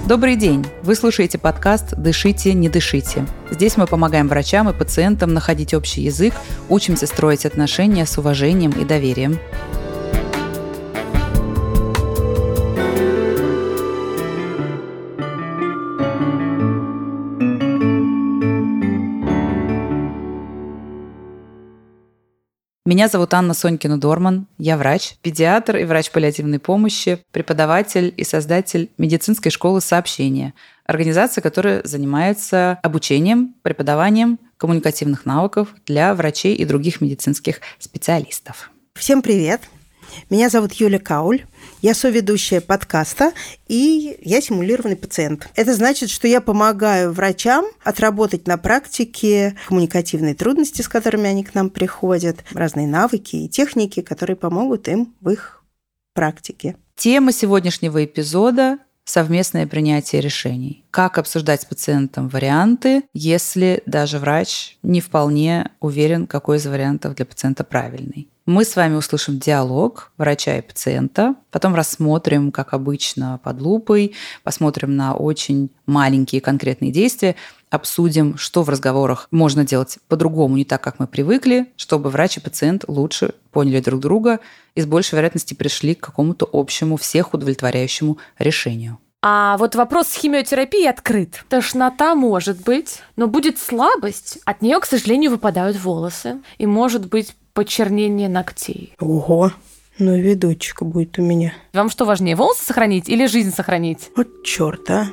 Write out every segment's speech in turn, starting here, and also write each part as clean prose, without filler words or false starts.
Добрый день! Вы слушаете подкаст «Дышите, не дышите». Здесь мы помогаем врачам и пациентам находить общий язык, учимся строить отношения с уважением и доверием. Меня зовут Анна Сонькина-Дорман, я врач, педиатр и врач паллиативной помощи, преподаватель и создатель медицинской школы сообщения, организации, которая занимается обучением, преподаванием коммуникативных навыков для врачей и других медицинских специалистов. Всем привет! Меня зовут Юля Кауль, я соведущая подкаста, и я симулированный пациент. Это значит, что я помогаю врачам отработать на практике коммуникативные трудности, с которыми они к нам приходят, разные навыки и техники, которые помогут им в их практике. Тема сегодняшнего эпизода – совместное принятие решений. Как обсуждать с пациентом варианты, если даже врач не вполне уверен, какой из вариантов для пациента правильный. Мы с вами услышим диалог врача и пациента, потом рассмотрим, как обычно, под лупой, посмотрим на очень маленькие конкретные действия, обсудим, что в разговорах можно делать по-другому, не так, как мы привыкли, чтобы врач и пациент лучше поняли друг друга и с большей вероятностью пришли к какому-то общему, всех удовлетворяющему решению. А вот вопрос с химиотерапией открыт. Тошнота может быть, но будет слабость. От нее, к сожалению, выпадают волосы. И может быть почернение ногтей. Ого, ну и ведучка будет у меня. Вам что важнее, волосы сохранить или жизнь сохранить? Вот чёрт, а.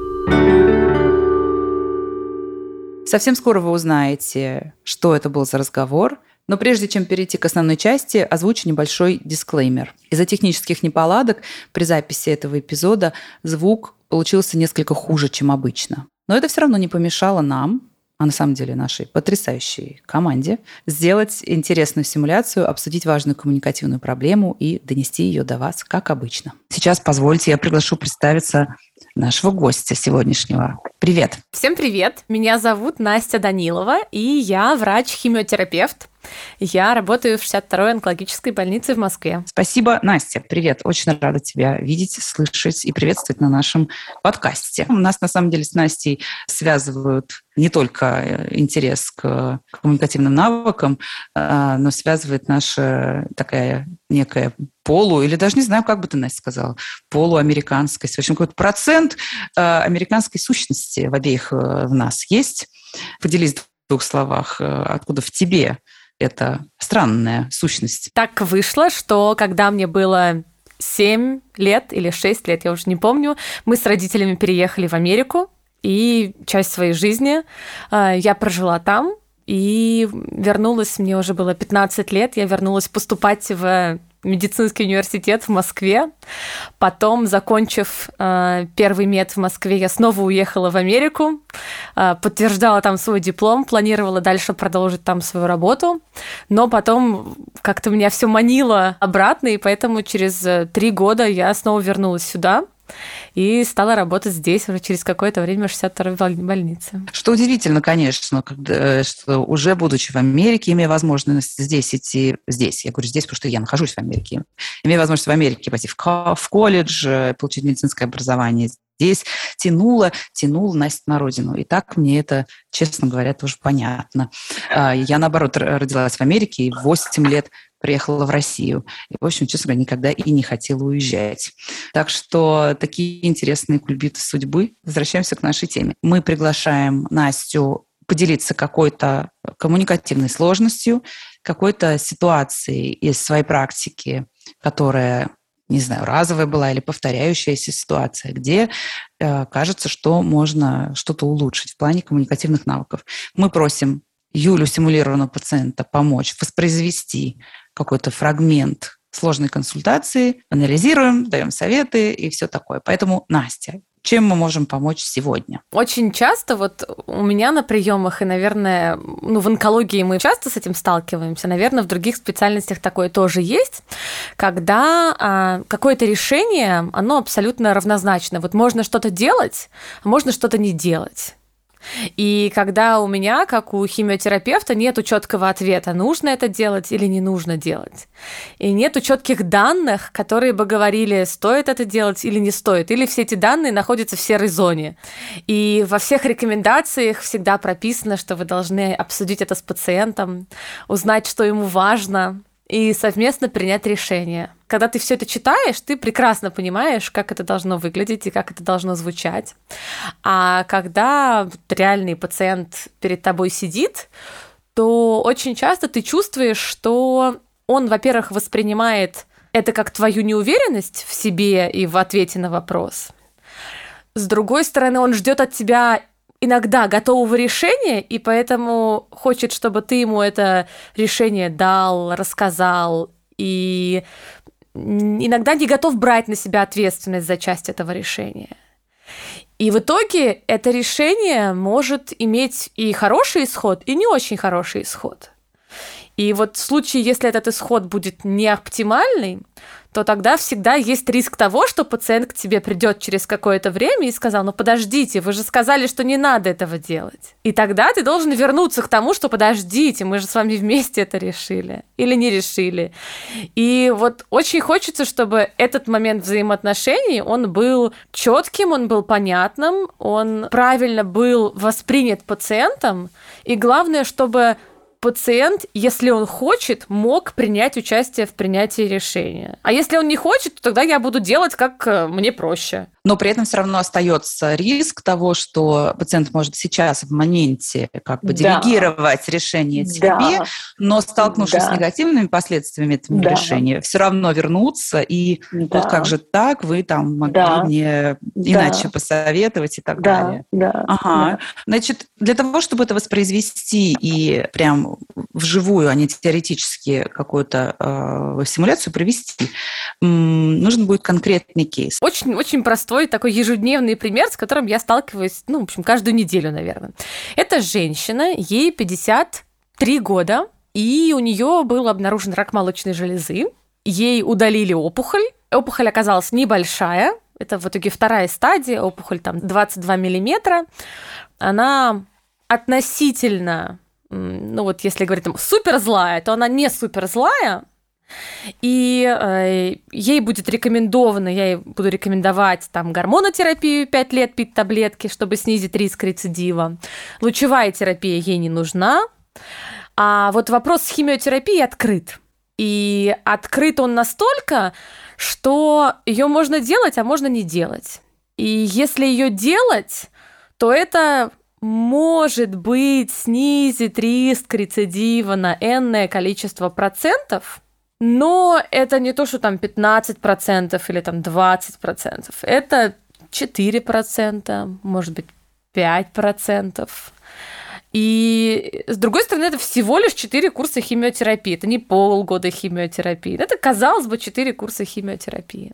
Совсем скоро вы узнаете, что это был за разговор. Но прежде чем перейти к основной части, озвучу небольшой дисклеймер. Из-за технических неполадок при записи этого эпизода звук получился несколько хуже, чем обычно. Но это все равно не помешало нам, а на самом деле нашей потрясающей команде, сделать интересную симуляцию, обсудить важную коммуникативную проблему и донести ее до вас, как обычно. Сейчас позвольте, я приглашу представиться нашего гостя сегодняшнего. Привет! Всем привет! Меня зовут Настя Данилова, и я врач-химиотерапевт. Я работаю в 62-й онкологической больнице в Москве. Спасибо, Настя. Привет. Очень рада тебя видеть, слышать и приветствовать на нашем подкасте. Нас, на самом деле, с Настей связывают не только интерес к коммуникативным навыкам, но связывает наша такая некая или даже не знаю, как бы ты, Настя, сказала, полуамериканскость. В общем, какой-то процент американской сущности в обеих в нас есть. Поделись в двух словах, откуда в тебе эта странная сущность. Так вышло, что когда мне было 7 лет или 6 лет, я уже не помню, мы с родителями переехали в Америку, и часть своей жизни я прожила там, и вернулась, мне уже было 15 лет, я вернулась поступать в медицинский университет в Москве. Потом, закончив первый мед в Москве, я снова уехала в Америку, подтверждала там свой диплом, планировала дальше продолжить там свою работу, но потом как-то меня все манило обратно, и поэтому через 3 года я снова вернулась сюда и стала работать здесь уже через какое-то время в 62-й больнице. Что удивительно, конечно, что уже будучи в Америке, имея возможность здесь идти, я говорю здесь, потому что я нахожусь в Америке, имея возможность в Америке пойти в колледж, получить медицинское образование, здесь тянула Настя на родину. И так мне это, честно говоря, тоже понятно. Я, наоборот, родилась в Америке и в 8 лет приехала в Россию. И, в общем, честно говоря, никогда и не хотела уезжать. Так что такие интересные кульбиты судьбы. Возвращаемся к нашей теме. Мы приглашаем Настю поделиться какой-то коммуникативной сложностью, какой-то ситуацией из своей практики, которая, не знаю, разовая была или повторяющаяся ситуация, где кажется, что можно что-то улучшить в плане коммуникативных навыков. Мы просим Юлю, симулированного пациента, помочь воспроизвести какой-то фрагмент сложной консультации, анализируем, даем советы и все такое. Поэтому, Настя, чем мы можем помочь сегодня? Очень часто вот у меня на приемах, и, наверное, в онкологии мы часто с этим сталкиваемся, наверное, в других специальностях такое тоже есть, когда какое-то решение, оно абсолютно равнозначно. Вот можно что-то делать, а можно что-то не делать. И когда у меня, как у химиотерапевта, нету четкого ответа, нужно это делать или не нужно делать. И нету четких данных, которые бы говорили, стоит это делать или не стоит. Или все эти данные находятся в серой зоне. И во всех рекомендациях всегда прописано, что вы должны обсудить это с пациентом, узнать, что ему важно, и совместно принять решение. Когда ты все это читаешь, ты прекрасно понимаешь, как это должно выглядеть и как это должно звучать. А когда реальный пациент перед тобой сидит, то очень часто ты чувствуешь, что он, во-первых, воспринимает это как твою неуверенность в себе и в ответе на вопрос. С другой стороны, он ждет от тебя иногда готового решения, и поэтому хочет, чтобы ты ему это решение дал, рассказал, и иногда не готов брать на себя ответственность за часть этого решения. И в итоге это решение может иметь и хороший исход, и не очень хороший исход. И вот в случае, если этот исход будет не оптимальный, то тогда всегда есть риск того, что пациент к тебе придет через какое-то время и сказал, ну подождите, вы же сказали, что не надо этого делать. И тогда ты должен вернуться к тому, что подождите, мы же с вами вместе это решили или не решили. И вот очень хочется, чтобы этот момент взаимоотношений, он был четким, он был понятным, он правильно был воспринят пациентом, и главное, чтобы пациент, если он хочет, мог принять участие в принятии решения. А если он не хочет, то тогда я буду делать, как мне проще. Но при этом все равно остается риск того, что пациент может сейчас в моменте как бы делегировать решение тебе, но столкнувшись с негативными последствиями этого решения, все равно вернуться и вот как же так, вы там могли мне иначе посоветовать и так далее. Значит, для того, чтобы это воспроизвести и прям вживую, а не теоретически какую-то симуляцию провести, нужен будет конкретный кейс. Очень простой такой ежедневный пример, с которым я сталкиваюсь, в общем, каждую неделю, наверное. Это женщина, ей 53 года, и у нее был обнаружен рак молочной железы. Ей удалили опухоль. Опухоль оказалась небольшая. Это в итоге вторая стадия, опухоль там 22 миллиметра. Она относительно, если говорить там супер злая, то она не супер злая. И ей будет рекомендовано, я ей буду рекомендовать там гормонотерапию 5 лет пить таблетки, чтобы снизить риск рецидива. Лучевая терапия ей не нужна. А вот вопрос с химиотерапией открыт. И открыт он настолько, что ее можно делать, а можно не делать. И если ее делать, то это может быть снизит риск рецидива на энное количество процентов. Но это не то, что там 15% или там 20%. Это 4%, может быть, 5%. И, с другой стороны, это всего лишь 4 курса химиотерапии. Это не полгода химиотерапии. Это, казалось бы, 4 курса химиотерапии.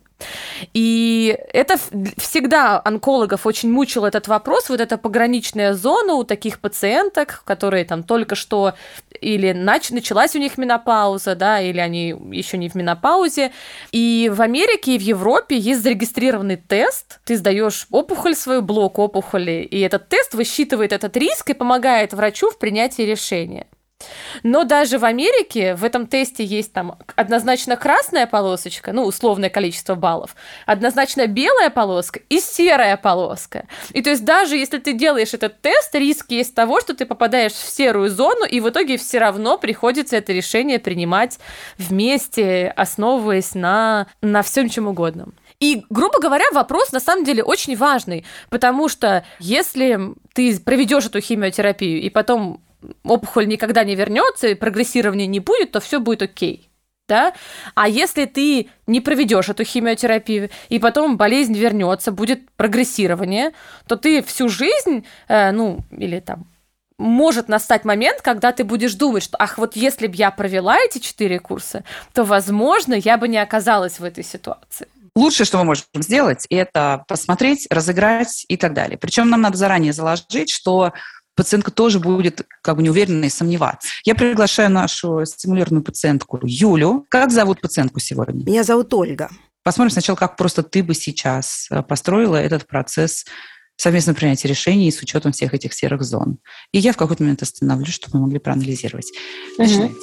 И это всегда онкологов очень мучил этот вопрос, вот эта пограничная зона у таких пациенток, которые там только что или началась у них менопауза, да, или они еще не в менопаузе. И в Америке и в Европе есть зарегистрированный тест. Ты сдаешь опухоль свою, блок опухоли, и этот тест высчитывает этот риск и помогает врачу в принятии решения. Но даже в Америке в этом тесте есть там однозначно красная полосочка, условное количество баллов, однозначно белая полоска и серая полоска. И то есть даже если ты делаешь этот тест, риск есть того, что ты попадаешь в серую зону, и в итоге все равно приходится это решение принимать вместе, основываясь на всем чем угодно. И, грубо говоря, вопрос на самом деле очень важный, потому что если ты проведешь эту химиотерапию и потом опухоль никогда не вернется и прогрессирования не будет, то все будет окей. Да? А если ты не проведешь эту химиотерапию, и потом болезнь вернется, будет прогрессирование, то ты всю жизнь, или там, может настать момент, когда ты будешь думать, что, вот если бы я провела эти 4 курса, то, возможно, я бы не оказалась в этой ситуации. Лучшее, что мы можем сделать, это посмотреть, разыграть и так далее. Причем нам надо заранее заложить, что пациентка тоже будет неуверенно и сомневаться. Я приглашаю нашу стимулированную пациентку Юлю. Как зовут пациентку сегодня? Меня зовут Ольга. Посмотрим сначала, как просто ты бы сейчас построила этот процесс совместное принятие решений с учетом всех этих серых зон. И я в какой-то момент остановлюсь, чтобы мы могли проанализировать. Начинайте.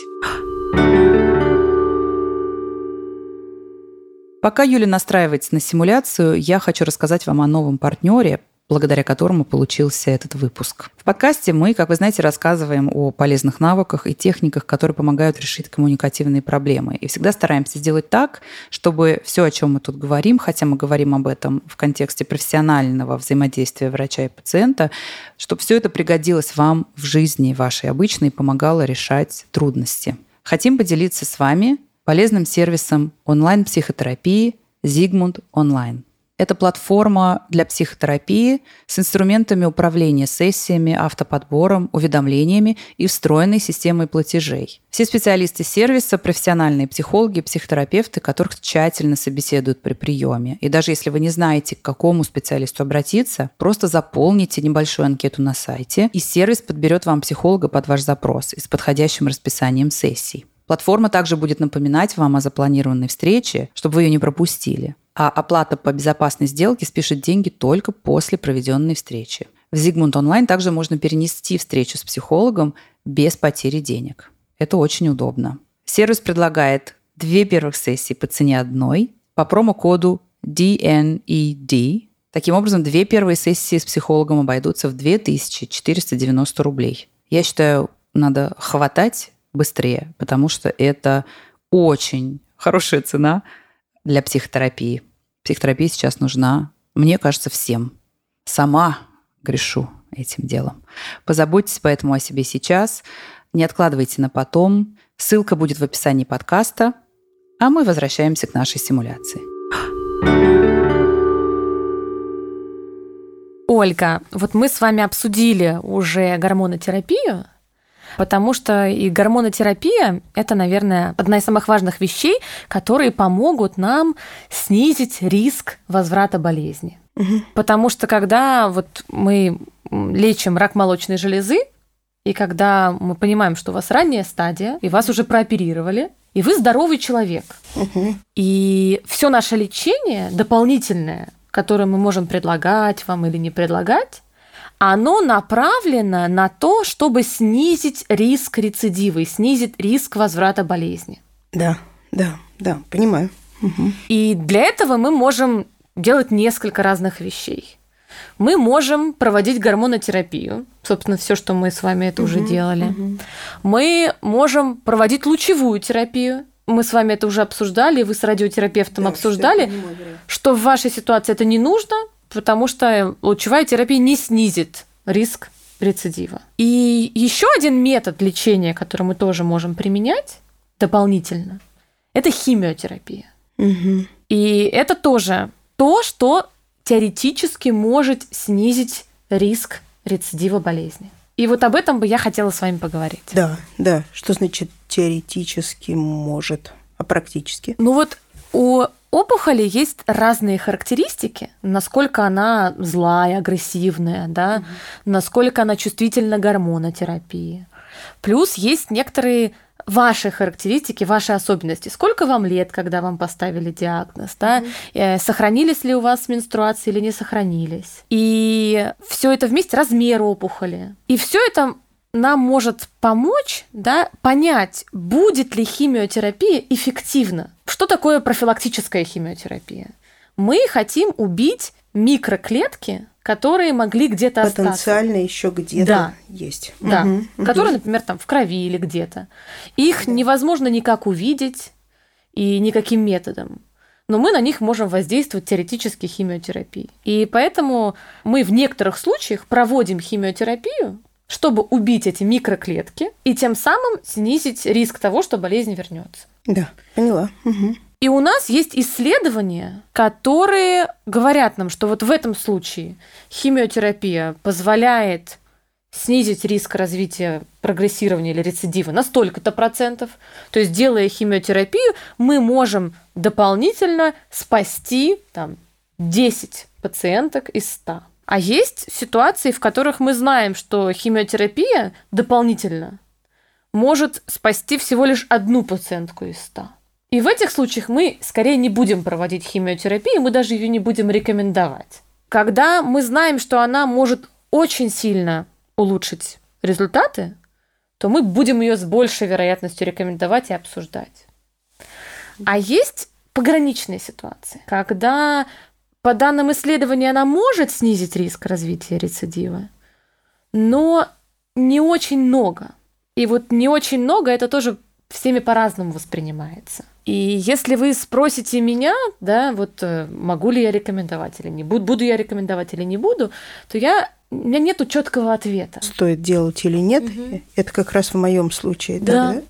Пока Юля настраивается на симуляцию, я хочу рассказать вам о новом партнере, благодаря которому получился этот выпуск. В подкасте мы, как вы знаете, рассказываем о полезных навыках и техниках, которые помогают решить коммуникативные проблемы. И всегда стараемся сделать так, чтобы все, о чем мы тут говорим, хотя мы говорим об этом в контексте профессионального взаимодействия врача и пациента, чтобы все это пригодилось вам в жизни вашей обычной и помогало решать трудности. Хотим поделиться с вами полезным сервисом онлайн-психотерапии Zigmund Online. Это платформа для психотерапии с инструментами управления сессиями, автоподбором, уведомлениями и встроенной системой платежей. Все специалисты сервиса – профессиональные психологи, психотерапевты, которых тщательно собеседуют при приеме. И даже если вы не знаете, к какому специалисту обратиться, просто заполните небольшую анкету на сайте, и сервис подберет вам психолога под ваш запрос и с подходящим расписанием сессий. Платформа также будет напоминать вам о запланированной встрече, чтобы вы ее не пропустили. А оплата по безопасной сделке спишет деньги только после проведенной встречи. В Zigmund Online также можно перенести встречу с психологом без потери денег. Это очень удобно. Сервис предлагает 2 первых сессии по цене одной по промокоду DNED. Таким образом, 2 первые сессии с психологом обойдутся в 2490 рублей. Я считаю, надо хватать быстрее, потому что это очень хорошая цена для психотерапии. Психотерапия сейчас нужна, мне кажется, всем. Сама грешу этим делом. Позаботьтесь поэтому о себе сейчас, не откладывайте на потом. Ссылка будет в описании подкаста, а мы возвращаемся к нашей симуляции. Ольга, вот мы с вами обсудили уже гормонотерапию, потому что и гормонотерапия – это, наверное, одна из самых важных вещей, которые помогут нам снизить риск возврата болезни. Угу. Потому что когда вот мы лечим рак молочной железы, и когда мы понимаем, что у вас ранняя стадия, и вас уже прооперировали, и вы здоровый человек, угу. И все наше лечение дополнительное, которое мы можем предлагать вам или не предлагать, оно направлено на то, чтобы снизить риск рецидива и снизить риск возврата болезни. Да, понимаю. Угу. И для этого мы можем делать несколько разных вещей. Мы можем проводить гормонотерапию, собственно, все, что мы с вами это уже делали. Мы можем проводить лучевую терапию. Мы с вами это уже обсуждали, вы с радиотерапевтом обсуждали, что в вашей ситуации это не нужно, потому что лучевая терапия не снизит риск рецидива. И еще один метод лечения, который мы тоже можем применять дополнительно, это химиотерапия. Угу. И это тоже то, что теоретически может снизить риск рецидива болезни. И вот об этом бы я хотела с вами поговорить. Да. Что значит теоретически может, а практически? Ну вот у опухоли есть разные характеристики, насколько она злая, агрессивная, да, насколько она чувствительна к гормонотерапии. Плюс есть некоторые ваши характеристики, ваши особенности. Сколько вам лет, когда вам поставили диагноз, да? Сохранились ли у вас менструации или не сохранились? И все это вместе, размер опухоли. И все это нам может помочь, да, понять, будет ли химиотерапия эффективна. Что такое профилактическая химиотерапия? Мы хотим убить микроклетки, которые могли где-то остаться. Потенциально еще где-то есть. Да, которые, например, там в крови или где-то. Их невозможно никак увидеть и никаким методом. Но мы на них можем воздействовать теоретически химиотерапией. И поэтому мы в некоторых случаях проводим химиотерапию, чтобы убить эти микроклетки и тем самым снизить риск того, что болезнь вернется. Да, поняла. Угу. И у нас есть исследования, которые говорят нам, что вот в этом случае химиотерапия позволяет снизить риск развития прогрессирования или рецидива на столько-то процентов. То есть, делая химиотерапию, мы можем дополнительно спасти 10 пациенток из 100. А есть ситуации, в которых мы знаем, что химиотерапия дополнительно может спасти всего лишь 1 пациентку из 100. И в этих случаях мы скорее не будем проводить химиотерапию, мы даже ее не будем рекомендовать. Когда мы знаем, что она может очень сильно улучшить результаты, то мы будем ее с большей вероятностью рекомендовать и обсуждать. А есть пограничные ситуации, когда, по данным исследований, она может снизить риск развития рецидива, но не очень много. И вот не очень много, это тоже всеми по-разному воспринимается. И если вы спросите меня, да, вот могу ли я рекомендовать или не буду, буду я рекомендовать или не буду, то у меня нету четкого ответа. Стоит делать или нет, это как раз в моем случае. Да.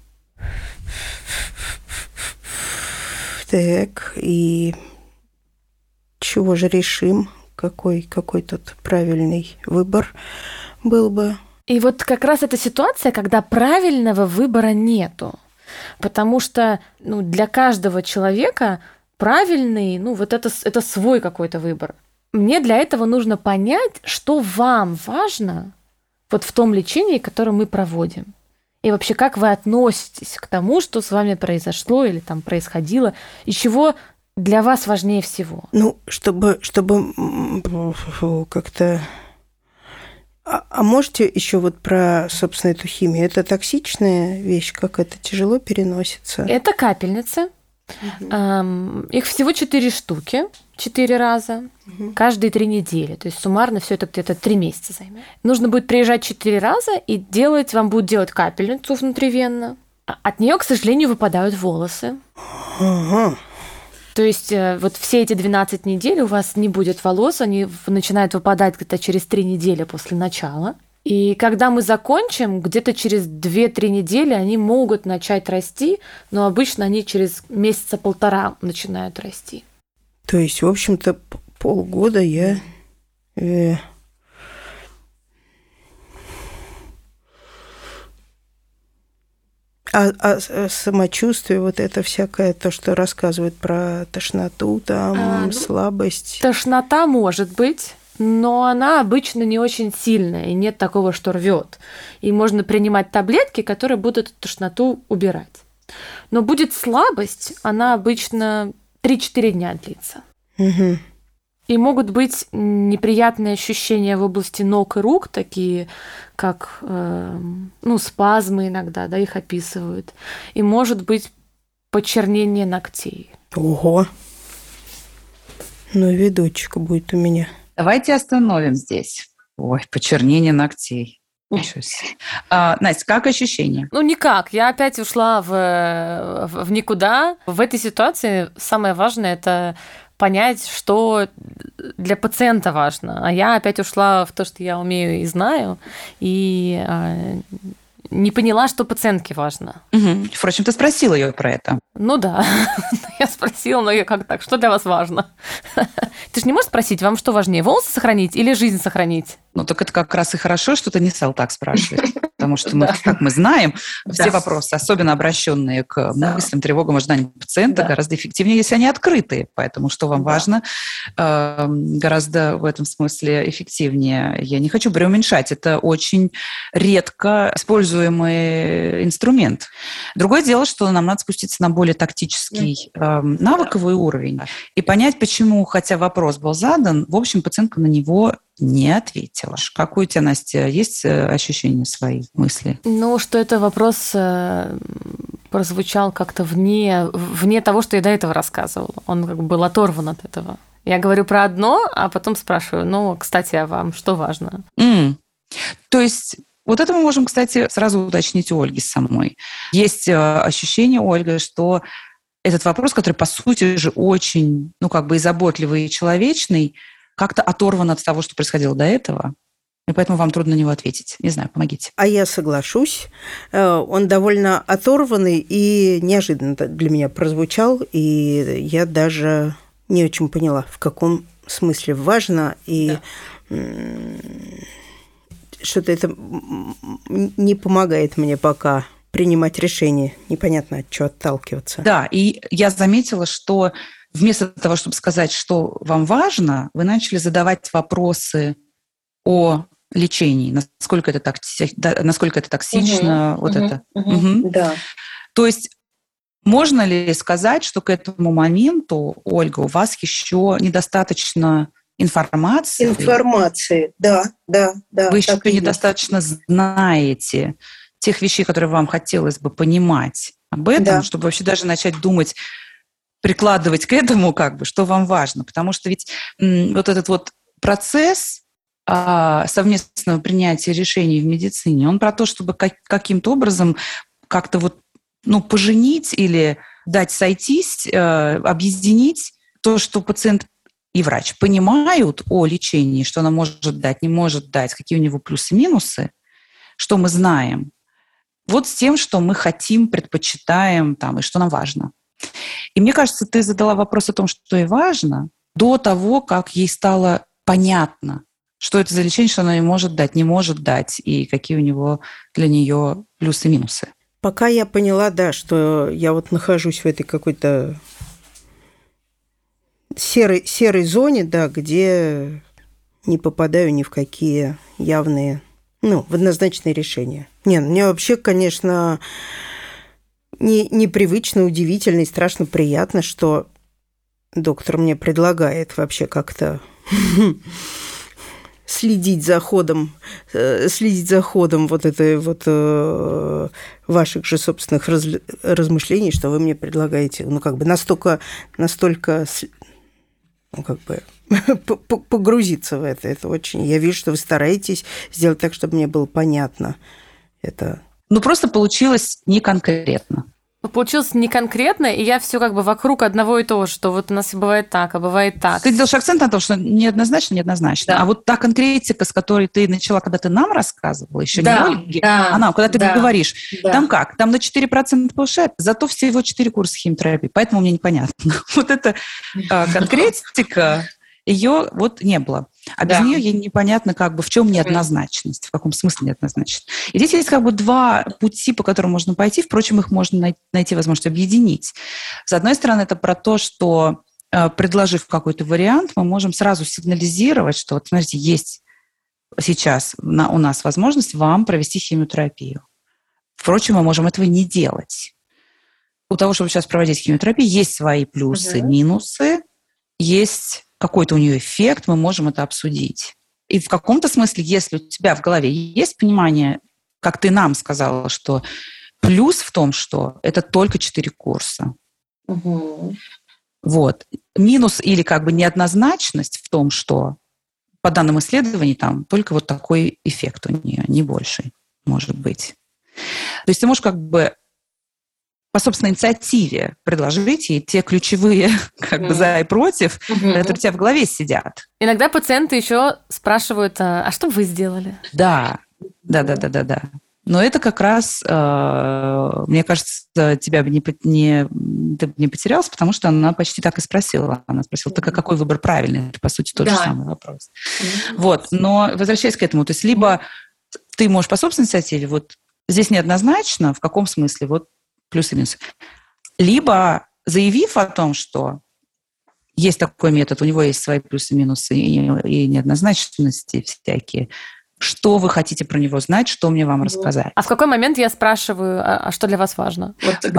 Так, и чего же решим? Какой тут правильный выбор был бы? И вот как раз эта ситуация, когда правильного выбора нету. Потому что для каждого человека правильный, вот это свой какой-то выбор. Мне для этого нужно понять, что вам важно вот в том лечении, которое мы проводим. И вообще, как вы относитесь к тому, что с вами произошло или там происходило, и чего для вас важнее всего? Чтобы как-то... А можете еще вот про, собственно, эту химию? Это токсичная вещь, как это тяжело переносится? Это капельницы. Их всего 4 штуки, 4 раза, каждые 3 недели. То есть суммарно все это где-то 3 месяца займет. Нужно будет приезжать 4 раза и вам будут делать капельницу внутривенно. От нее, к сожалению, выпадают волосы. Ага. То есть вот все эти 12 недель у вас не будет волос, они начинают выпадать где-то через 3 недели после начала. И когда мы закончим, где-то через 2-3 недели они могут начать расти, но обычно они через месяца 1,5 начинают расти. То есть, в общем-то, полгода я... А самочувствие, вот это всякое, то, что рассказывают про тошноту, слабость. Тошнота может быть, но она обычно не очень сильная, и нет такого, что рвет. И можно принимать таблетки, которые будут эту тошноту убирать. Но будет слабость, она обычно 3-4 дня длится. Угу. И могут быть неприятные ощущения в области ног и рук, такие как спазмы иногда, да, их описывают. И может быть почернение ногтей. Ого! Видочка будет у меня. Давайте остановим здесь. Ой, почернение ногтей. Настя, как ощущения? Никак. Я опять ушла в никуда. В этой ситуации самое важное – это понять, что для пациента важно. А я опять ушла в то, что я умею и знаю, и не поняла, что пациентке важно. Угу. Впрочем, ты спросила ее про это. Да, я спросила, но как так? Что для вас важно? Ты же не можешь спросить, вам что важнее, волосы сохранить или жизнь сохранить? Так это как раз и хорошо, что ты не стал так спрашивать. Потому что, как мы знаем, все вопросы, особенно обращенные к мыслям, тревогам, ожиданиям пациента, гораздо эффективнее, если они открытые. Поэтому что вам важно, гораздо в этом смысле эффективнее. Я не хочу преуменьшать. Это очень редко используемый инструмент. Другое дело, что нам надо спуститься на более тактический навыковый уровень и понять, почему, хотя вопрос был задан, в общем, пациентка на него не ответила. Какое у тебя, Настя, есть ощущения свои, мысли? Что это вопрос прозвучал как-то вне того, что я до этого рассказывала. Он как бы был оторван от этого. Я говорю про одно, а потом спрашиваю, кстати, а вам что важно? То есть вот это мы можем, кстати, сразу уточнить у Ольги самой. Есть ощущение, Ольга, что этот вопрос, который, по сути же, очень, и заботливый, и человечный, как-то оторван от того, что происходило до этого, и поэтому вам трудно на него ответить. Не знаю, помогите. А я соглашусь. Он довольно оторванный и неожиданно для меня прозвучал, и я даже не очень поняла, в каком смысле важно, и что-то это не помогает мне пока принимать решение. Непонятно, от чего отталкиваться. Да, и я заметила, что вместо того, чтобы сказать, что вам важно, вы начали задавать вопросы о лечении, насколько это токсично, Да. То есть можно ли сказать, что к этому моменту, Ольга, у вас еще недостаточно информации, да. Вы еще недостаточно знаете тех вещей, которые вам хотелось бы понимать об этом, чтобы вообще даже начать думать, прикладывать к этому, что вам важно. Потому что ведь вот этот вот процесс совместного принятия решений в медицине, он про то, чтобы каким-то образом как-то поженить или дать сойтись, объединить то, что пациент и врач понимают о лечении, что она может дать, не может дать, какие у него плюсы и минусы, что мы знаем, вот с тем, что мы хотим, предпочитаем и что нам важно. И мне кажется, ты задала вопрос о том, что ей важно, до того, как ей стало понятно, что это за лечение, что она ей может дать, не может дать, и какие у него для нее плюсы и минусы. Пока я поняла, что я нахожусь в этой какой-то серой зоне, где не попадаю ни в какие явные, в однозначные решения. Мне вообще, конечно, непривычно, удивительно и страшно приятно, что доктор мне предлагает вообще как-то следить за ходом ваших же собственных размышлений, что вы мне предлагаете, настолько погрузиться в это. Это очень... Я вижу, что вы стараетесь сделать так, чтобы мне было понятно это. Просто получилось не конкретно. Получилось не конкретно, и я все вокруг одного и того же, что у нас бывает так, а бывает так. Ты делаешь акцент на том, что неоднозначно. Да. А вот та конкретика, с которой ты начала, когда ты нам рассказывала, еще не Ольге, а нам, когда ты говоришь, там как? Там на 4% повышает, зато всего 4 курса химиотерапии, поэтому мне непонятно. Вот эта конкретика, ее не было. А без нее ей непонятно, в чем неоднозначность, в каком смысле неоднозначность. И здесь есть два пути, по которым можно пойти. Впрочем, их можно найти возможность объединить. С одной стороны, это про то, что, предложив какой-то вариант, мы можем сразу сигнализировать, что, смотрите, есть сейчас у нас возможность вам провести химиотерапию. Впрочем, мы можем этого не делать. У того, чтобы сейчас проводить химиотерапию, есть свои плюсы, минусы, есть какой-то у нее эффект, мы можем это обсудить. И в каком-то смысле, если у тебя в голове есть понимание, как ты нам сказала, что плюс в том, что это только 4 курса. Минус или неоднозначность в том, что по данным исследований там только такой эффект у нее, не больший, может быть. То есть ты можешь по собственной инициативе предложить ей те ключевые за и против, которые у тебя в голове сидят. Иногда пациенты еще спрашивают, а что вы сделали? Да. Но это как раз, мне кажется, тебя бы ты не потерялась, потому что она почти так и спросила. Она спросила, так а какой выбор правильный? Это, по сути, тот же самый вопрос. Но возвращаясь к этому, то есть либо ты можешь по собственной инициативе, здесь неоднозначно, в каком смысле, плюсы и минусы. Либо заявив о том, что есть такой метод, у него есть свои плюсы и минусы и неоднозначности всякие, что вы хотите про него знать, что мне вам рассказать. А в какой момент я спрашиваю, а что для вас важно?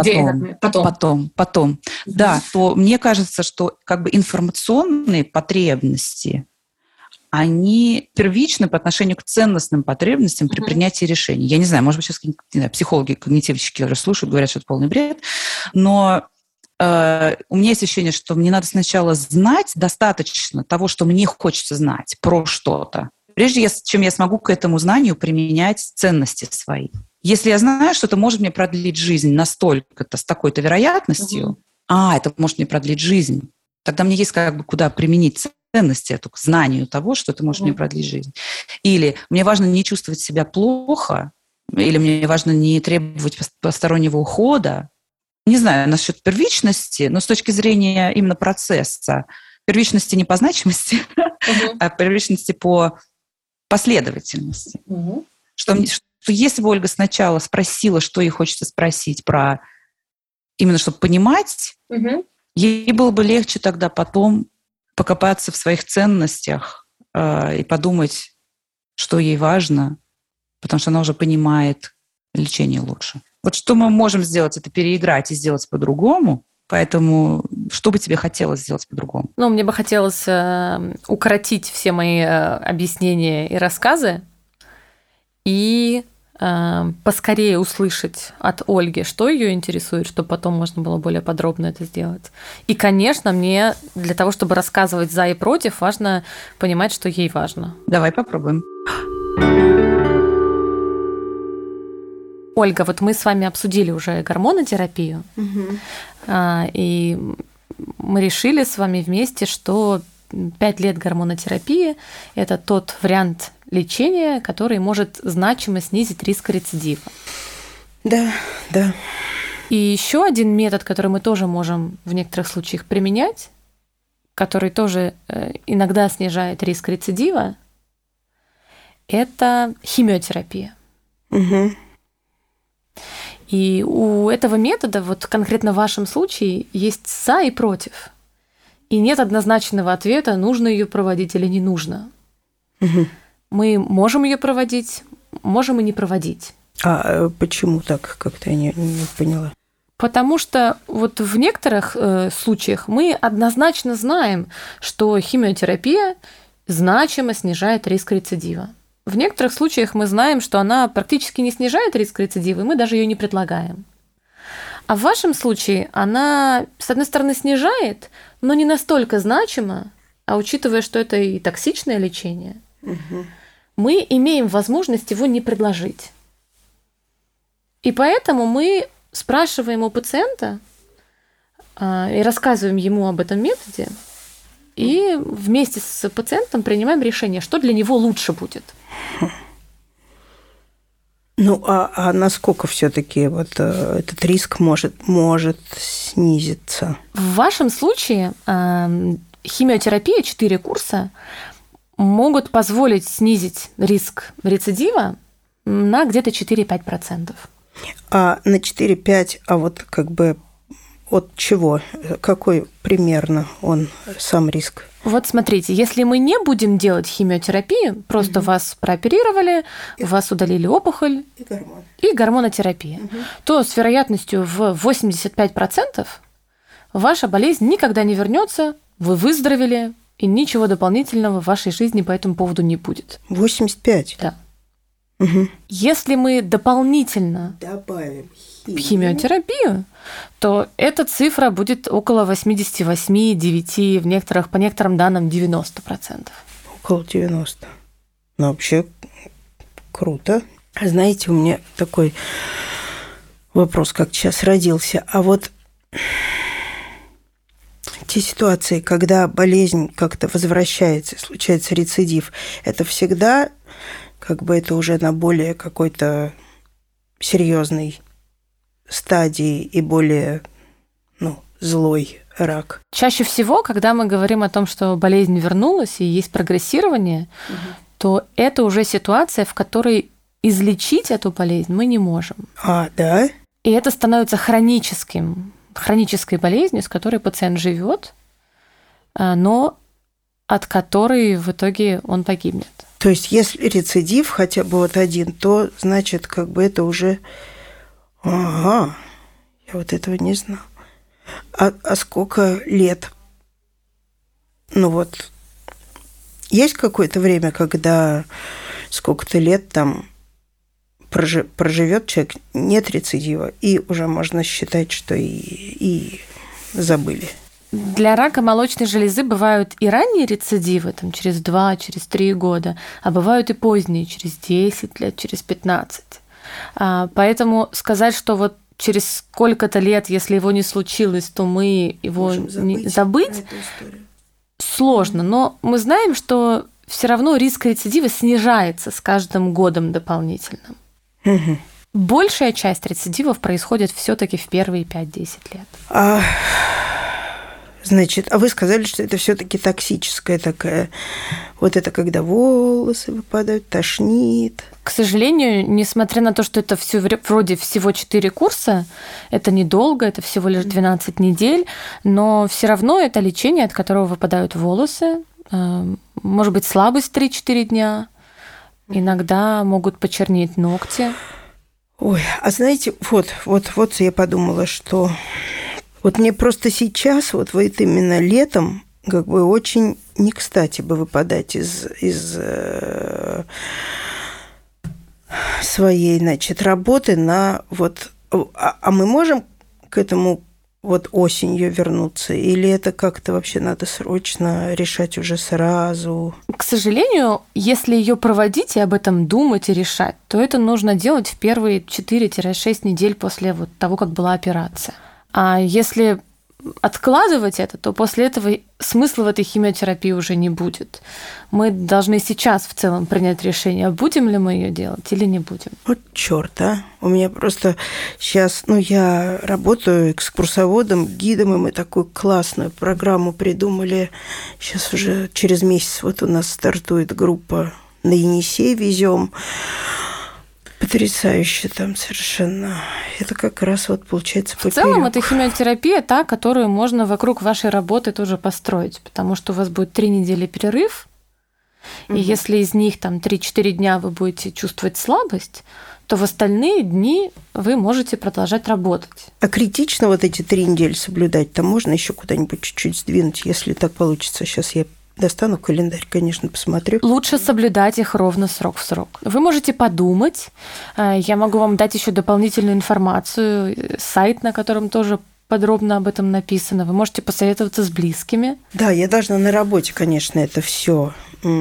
Потом. Да, то мне кажется, что информационные потребности, они первичны по отношению к ценностным потребностям при принятии решений. Я не знаю, может быть, сейчас психологи, когнитивщики слушают, говорят, что это полный бред, но у меня есть ощущение, что мне надо сначала знать достаточно того, что мне хочется знать про что-то, прежде чем я смогу к этому знанию применять ценности свои. Если я знаю, что это может мне продлить жизнь настолько-то, с такой-то вероятностью, это может мне продлить жизнь, тогда мне есть куда применить ценности эту, к знанию того, что это может мне продлить жизнь. Или мне важно не чувствовать себя плохо, или мне важно не требовать постороннего ухода. Не знаю насчет первичности, но с точки зрения именно процесса, первичности не по значимости, а первичности по последовательности. Что если бы Ольга сначала спросила, что ей хочется спросить про... Именно чтобы понимать, ей было бы легче тогда потом покопаться в своих ценностях и подумать, что ей важно, потому что она уже понимает лечение лучше. Что мы можем сделать, это переиграть и сделать по-другому. Поэтому Что бы тебе хотелось сделать по-другому? Ну, мне бы хотелось укоротить все мои объяснения и рассказы и поскорее услышать от Ольги, что ее интересует, чтобы потом можно было более подробно это сделать. И, конечно, мне для того, чтобы рассказывать за и против, важно понимать, что ей важно. Давай попробуем. Ольга, вот мы с вами обсудили уже гормонотерапию, и мы решили с вами вместе, что 5 лет гормонотерапии – это тот вариант лечения, который может значимо снизить риск рецидива. Да. И еще один метод, который мы тоже можем в некоторых случаях применять, который тоже иногда снижает риск рецидива, это химиотерапия. Угу. И у этого метода, вот конкретно в вашем случае, есть за и против. И нет однозначного ответа, нужно ее проводить или не нужно. Угу. Мы можем ее проводить, можем и не проводить. А почему так? Как-то я не поняла. Потому что вот в некоторых случаях мы однозначно знаем, что химиотерапия значимо снижает риск рецидива. В некоторых случаях мы знаем, что она практически не снижает риск рецидива, и мы даже ее не предлагаем. А в вашем случае она, с одной стороны, снижает, но не настолько значимо, а учитывая, что это и токсичное лечение, мы имеем возможность его не предложить. И поэтому мы спрашиваем у пациента и рассказываем ему об этом методе, и вместе с пациентом принимаем решение, что для него лучше будет. Ну, а насколько все-таки вот этот риск может снизиться? В вашем случае химиотерапия, 4 курса, могут позволить снизить риск рецидива на где-то 4-5%. А на 4-5, а вот как бы от чего? Какой примерно он сам риск? Вот смотрите, если мы не будем делать химиотерапию, просто вас прооперировали, вас удалили опухоль и гормонотерапия, то с вероятностью в 85% ваша болезнь никогда не вернется, вы выздоровели, и ничего дополнительного в вашей жизни по этому поводу не будет. 85? Да. Если мы дополнительно добавим химиотерапию, то эта цифра будет около 88-9, по некоторым данным 90%. Около 90. Ну, вообще круто. Знаете, у меня такой вопрос, как сейчас родился. А вот те ситуации, когда болезнь как-то возвращается, случается рецидив, это всегда как бы это уже на более какой-то серьезной стадии и более злой рак. Чаще всего, когда мы говорим о том, что болезнь вернулась и есть прогрессирование, то это уже ситуация, в которой излечить эту болезнь мы не можем. А, да? И это становится хронической болезнью, с которой пациент живет, но от которой в итоге он погибнет. То есть, если рецидив хотя бы вот один, то, значит, как бы это уже... Ага, я вот этого не знал. А сколько лет? Ну вот, есть какое-то время, когда сколько-то лет там проживет человек, нет рецидива, и уже можно считать, что и забыли. Для рака молочной железы бывают и ранние рецидивы, там, через 2, через 3 года, а бывают и поздние, через 10 лет, через 15. Поэтому сказать, что вот через сколько-то лет, если его не случилось, то мы его забыть сложно. Но мы знаем, что все равно риск рецидива снижается с каждым годом дополнительным. Большая часть рецидивов происходит все-таки в первые 5-10 лет. Значит, а вы сказали, что это все-таки токсическая такая, вот это когда волосы выпадают, тошнит. К сожалению, несмотря на то, что это вроде всего 4 курса, это недолго, это всего лишь 12 недель, но все равно это лечение, от которого выпадают волосы, может быть, слабость 3-4 дня, иногда могут почернеть ногти. Ой, а знаете, вот я подумала, что Вот мне просто сейчас, вот именно летом, как бы очень не кстати бы выпадать из своей, значит, работы на вот... А мы можем к этому вот осенью вернуться? Или это как-то вообще надо срочно решать уже сразу? К сожалению, если ее проводить и об этом думать и решать, то это нужно делать в первые 4-6 недель после вот того, как была операция. А если откладывать это, то после этого смысла в этой химиотерапии уже не будет. Мы должны сейчас в целом принять решение, будем ли мы ее делать или не будем. Вот чёрт, а! У меня просто сейчас, я работаю экскурсоводом, гидом, и мы такую классную программу придумали. Сейчас уже через месяц вот у нас стартует группа на Енисей, везем. Потрясающе там совершенно. Это как раз вот получается поперёк. В целом это химиотерапия, та, которую можно вокруг вашей работы тоже построить, потому что у вас будет 3 недели перерыв, и если из них там 3-4 дня вы будете чувствовать слабость, то в остальные дни вы можете продолжать работать. А критично вот эти 3 недели соблюдать, там можно еще куда-нибудь чуть-чуть сдвинуть, если так получится. Сейчас я достану календарь, конечно, посмотрю. Лучше соблюдать их ровно срок в срок. Вы можете подумать. Я могу вам дать еще дополнительную информацию, сайт, на котором тоже подробно об этом написано. Вы можете посоветоваться с близкими. Да, я должна на работе, конечно, это все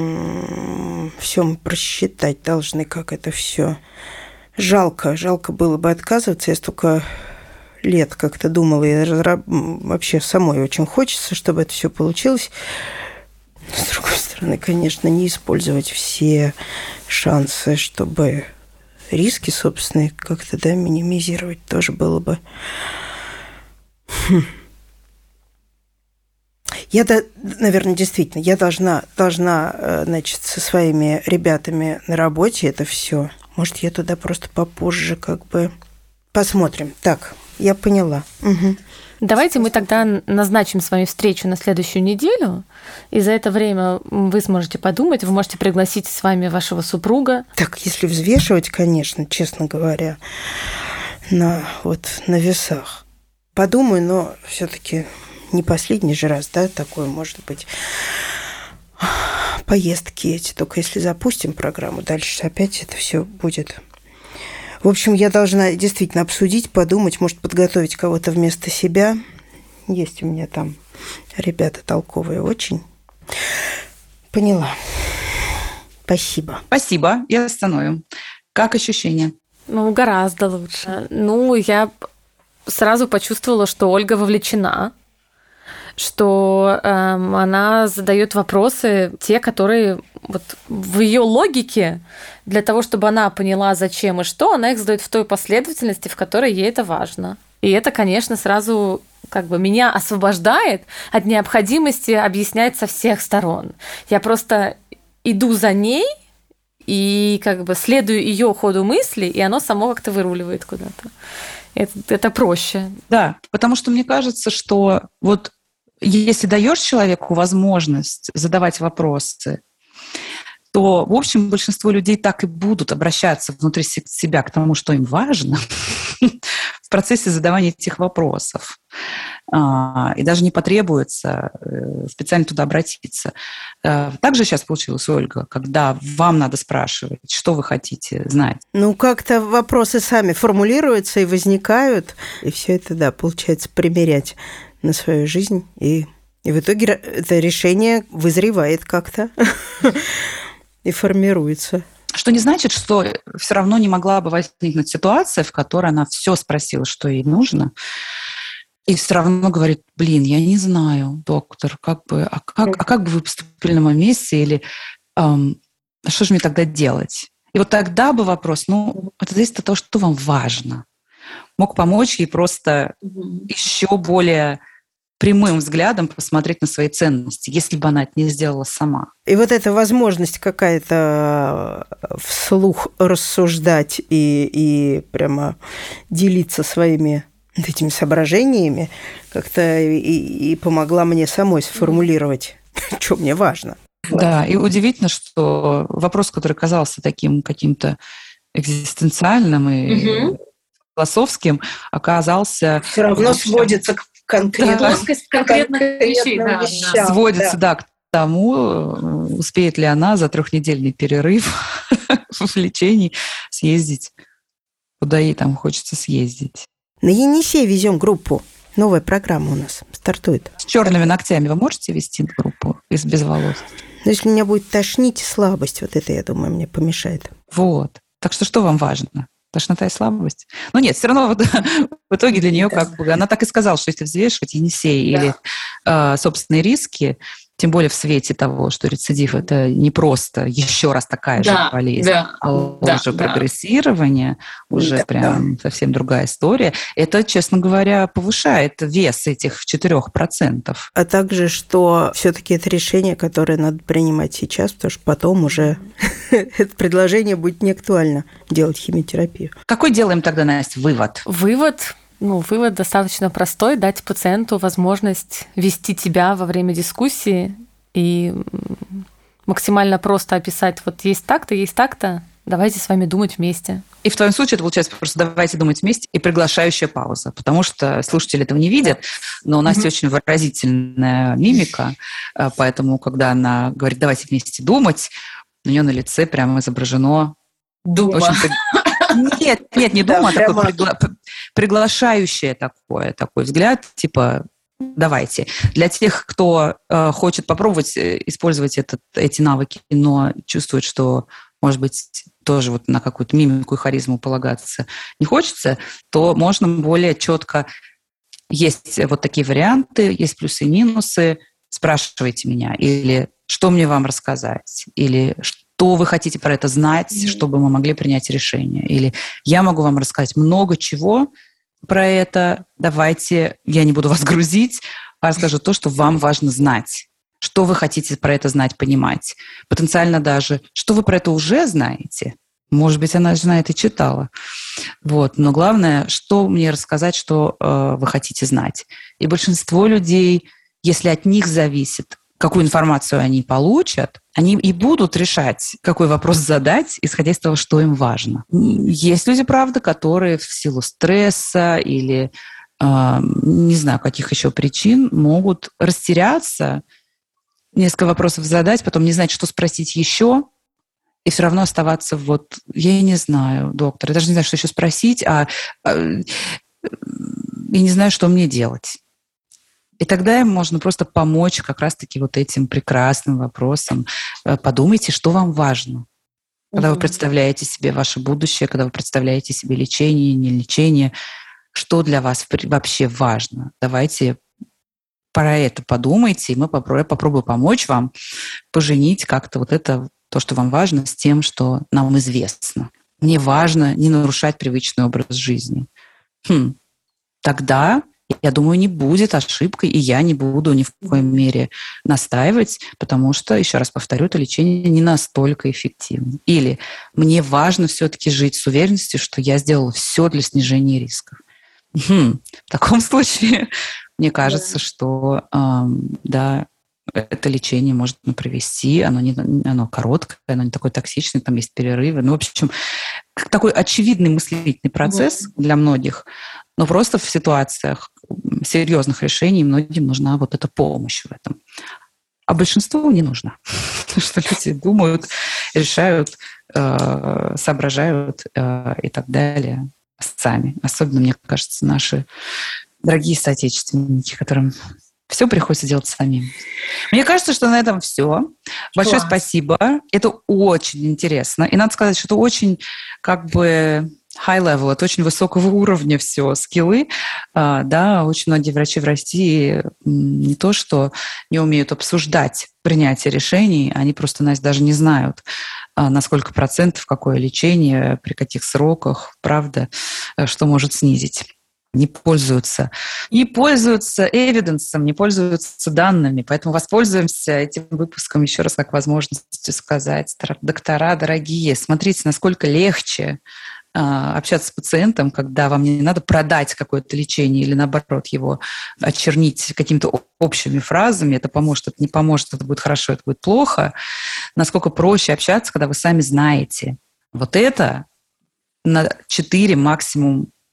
просчитать должны, как это все. Жалко было бы отказываться. Я столько лет как-то думала, и вообще самой очень хочется, чтобы это все получилось. С другой стороны, конечно, не использовать все шансы, чтобы риски собственные как-то минимизировать, тоже было бы. Наверное, действительно, я должна, значит, со своими ребятами на работе это все. Может, я туда просто попозже как бы посмотрим. Так, я поняла. Угу. Давайте мы тогда назначим с вами встречу на следующую неделю, и за это время вы сможете подумать, вы можете пригласить с вами вашего супруга. Так, если взвешивать, конечно, честно говоря, на весах. Подумаю, но все-таки не последний же раз, такое может быть. Поездки эти, только если запустим программу, дальше опять это все будет. В общем, я должна действительно обсудить, подумать, может, подготовить кого-то вместо себя. Есть у меня там ребята толковые очень. Поняла. Спасибо. Спасибо. Я остановим. Как ощущения? Гораздо лучше. Я сразу почувствовала, что Ольга вовлечена, что она задает вопросы, те, которые вот в ее логике, для того, чтобы она поняла, зачем и что, она их задает в той последовательности, в которой ей это важно. И это, конечно, сразу как бы меня освобождает от необходимости объяснять со всех сторон. Я просто иду за ней и как бы следую ее ходу мысли, и оно само как-то выруливает куда-то. Это проще. Да, потому что мне кажется, что вот если даешь человеку возможность задавать вопросы, то, в общем, большинство людей так и будут обращаться внутри себя к тому, что им важно, в процессе задавания этих вопросов. И даже не потребуется специально туда обратиться. Так же сейчас получилось, Ольга, когда вам надо спрашивать, что вы хотите знать. Как-то вопросы сами формулируются и возникают, и все это, получается, примерять на свою жизнь, и в итоге это решение вызревает как-то и формируется. Что не значит, что все равно не могла бы возникнуть ситуация, в которой она все спросила, что ей нужно, и все равно говорит: я не знаю, доктор, как бы вы поступили на моем месте, или что же мне тогда делать? И вот тогда бы вопрос, это зависит от того, что вам важно. Мог помочь ей просто еще более прямым взглядом посмотреть на свои ценности, если бы она это не сделала сама. И вот эта возможность какая-то вслух рассуждать и прямо делиться своими этими соображениями как-то и помогла мне самой сформулировать, что мне важно. Да, и удивительно, что вопрос, который казался таким каким-то экзистенциальным и философским, оказался... Все равно сводится плоскость конкретных вещей, вещам. Сводится, к тому, успеет ли она за 3-недельный перерыв в лечении съездить, куда ей там хочется съездить. На Енисей везем группу. Новая программа у нас стартует. С черными ногтями вы можете вести группу без волос? Но если меня будет тошнить и слабость, вот это, я думаю, мне помешает. Вот. Так что вам важно? Тошнота и слабость? Ну нет, все равно в итоге для нее она так и сказала, что если взвешивать Енисей или собственные риски, тем более в свете того, что рецидив – это не просто еще раз такая же болезнь, уже прогрессирование, уже прям совсем другая история. Это, честно говоря, повышает вес этих 4%. А также, что все-таки это решение, которое надо принимать сейчас, потому что потом уже это предложение будет не актуально делать химиотерапию. Какой делаем тогда, Настя, вывод? Вывод достаточно простой: дать пациенту возможность вести тебя во время дискуссии и максимально просто описать: вот есть так-то, давайте с вами думать вместе. И в твоем случае это получается просто давайте думать вместе и приглашающая пауза, потому что слушатели этого не видят, но у Насти очень выразительная мимика, поэтому, когда она говорит «давайте вместе думать», у нее на лице прямо изображено... Дума. Нет, не дума, а такое приглашающее такой взгляд, типа давайте. Для тех, кто хочет попробовать использовать эти навыки, но чувствует, что, может быть, тоже вот на какую-то мимику и харизму полагаться не хочется, то можно более четко... Есть вот такие варианты, есть плюсы и минусы. Спрашивайте меня. Или что мне вам рассказать? Или что вы хотите про это знать, чтобы мы могли принять решение? Или я могу вам рассказать много чего про это. Давайте, я не буду вас грузить, а расскажу то, что вам важно знать. Что вы хотите про это знать, понимать. Потенциально даже, что вы про это уже знаете. Может быть, она знает и читала. Вот. Но главное, что мне рассказать, что вы хотите знать. И большинство людей, если от них зависит, какую информацию они получат, они и будут решать, какой вопрос задать, исходя из того, что им важно. Есть люди, правда, которые в силу стресса или, не знаю, каких еще причин, могут растеряться, несколько вопросов задать, потом не знать, что спросить еще, и все равно оставаться я не знаю, доктор, я даже не знаю, что еще спросить, я не знаю, что мне делать. И тогда им можно просто помочь как раз-таки вот этим прекрасным вопросам. Подумайте, что вам важно. Когда вы представляете себе ваше будущее, когда вы представляете себе лечение, не лечение, что для вас вообще важно. Давайте про это подумайте, и я попробую помочь вам поженить как-то вот это, то, что вам важно, с тем, что нам известно. Мне важно не нарушать привычный образ жизни. Тогда... я думаю, не будет ошибкой, и я не буду ни в коей мере настаивать, потому что, еще раз повторю, это лечение не настолько эффективно. Или мне важно все-таки жить с уверенностью, что я сделала все для снижения рисков. В таком случае, мне кажется, что это лечение можно провести, оно короткое, оно не такое токсичное, там есть перерывы. В общем, такой очевидный мыслительный процесс для многих, но просто в ситуациях серьезных решений многим нужна вот эта помощь в этом. А большинству не нужна. Потому что люди думают, решают, соображают и так далее сами. Особенно, мне кажется, наши дорогие соотечественники, которым все приходится делать самим. Мне кажется, что на этом все. Большое спасибо. Это очень интересно. И надо сказать, что это очень high level, это очень высокого уровня все, скиллы. Очень многие врачи в России не то, что не умеют обсуждать принятие решений, они просто, Настя, даже не знают, на сколько процентов, какое лечение, при каких сроках, правда, что может снизить. Не пользуются эвиденсом, не пользуются данными. Поэтому воспользуемся этим выпуском еще раз как возможностью сказать: доктора дорогие, смотрите, насколько легче общаться с пациентом, когда вам не надо продать какое-то лечение или, наоборот, его очернить какими-то общими фразами. Это поможет, это не поможет, это будет хорошо, это будет плохо. Насколько проще общаться, когда вы сами знаете. Вот это на 4, максимум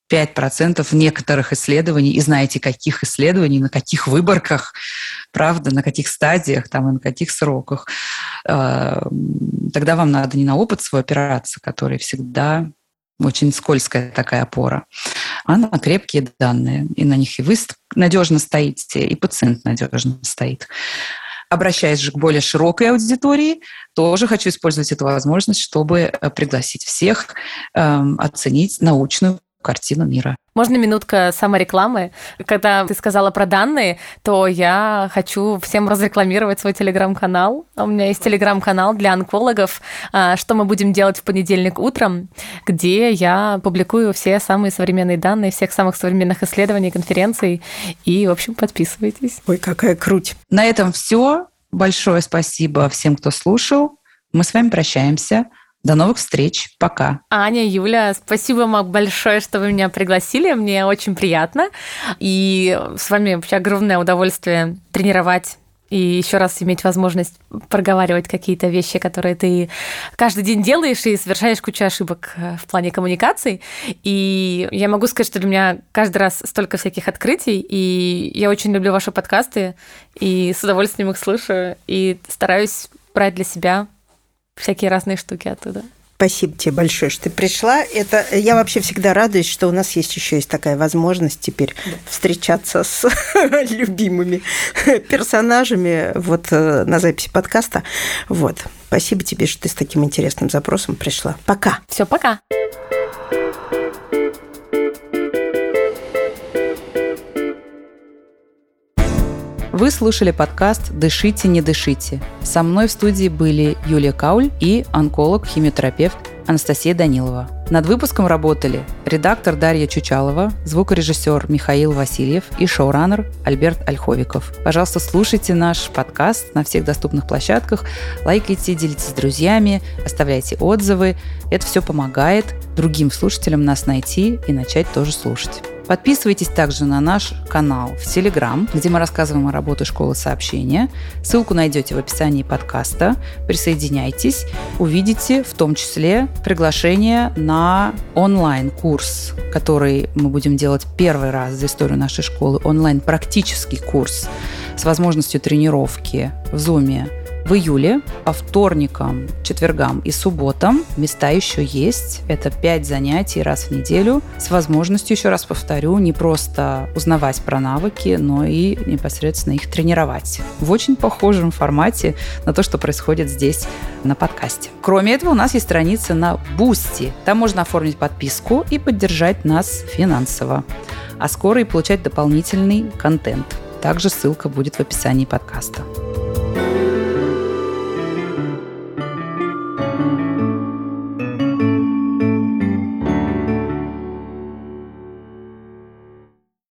5% некоторых исследований, и знаете, каких исследований, на каких выборках, правда, на каких стадиях там, и на каких сроках. Тогда вам надо не на опыт свой опираться, который всегда очень скользкая такая опора, а на крепкие данные. И на них и вы надежно стоите, и пациент надежно стоит. Обращаясь же к более широкой аудитории, тоже хочу использовать эту возможность, чтобы пригласить всех оценить научную картину мира. Можно минутка саморекламы? Когда ты сказала про данные, то я хочу всем разрекламировать свой телеграм-канал. У меня есть телеграм-канал для онкологов «Что мы будем делать в понедельник утром», где я публикую все самые современные данные всех самых современных исследований, конференций. И, в общем, подписывайтесь. Ой, какая круть. На этом все. Большое спасибо всем, кто слушал. Мы с вами прощаемся. До новых встреч. Пока. Аня, Юля, спасибо вам большое, что вы меня пригласили. Мне очень приятно. И с вами вообще огромное удовольствие тренировать и еще раз иметь возможность проговаривать какие-то вещи, которые ты каждый день делаешь и совершаешь кучу ошибок в плане коммуникаций. И я могу сказать, что для меня каждый раз столько всяких открытий, и я очень люблю ваши подкасты, и с удовольствием их слушаю, и стараюсь брать для себя всякие разные штуки оттуда. Спасибо тебе большое, что ты пришла. Я вообще всегда радуюсь, что у нас есть такая возможность теперь встречаться с любимыми персонажами на записи подкаста. Спасибо тебе, что ты с таким интересным запросом пришла. Пока. Все, пока. Вы слушали подкаст «Дышите, не дышите». Со мной в студии были Юлия Кауль и онколог-химиотерапевт Анастасия Данилова. Над выпуском работали редактор Дарья Чучалова, звукорежиссер Михаил Васильев и шоураннер Альберт Ольховиков. Пожалуйста, слушайте наш подкаст на всех доступных площадках, лайкайте, делитесь с друзьями, оставляйте отзывы. Это все помогает другим слушателям нас найти и начать тоже слушать. Подписывайтесь также на наш канал в Telegram, где мы рассказываем о работе школы сообщения. Ссылку найдете в описании подкаста. Присоединяйтесь, увидите в том числе приглашение на онлайн-курс, который мы будем делать первый раз за историю нашей школы. Онлайн-практический курс с возможностью тренировки в Zoom в июле, по вторникам, четвергам и субботам. Места еще есть. Это 5 занятий раз в неделю с возможностью, еще раз повторю, не просто узнавать про навыки, но и непосредственно их тренировать. В очень похожем формате на то, что происходит здесь на подкасте. Кроме этого, у нас есть страница на Boosty. Там можно оформить подписку и поддержать нас финансово. А скоро и получать дополнительный контент. Также ссылка будет в описании подкаста.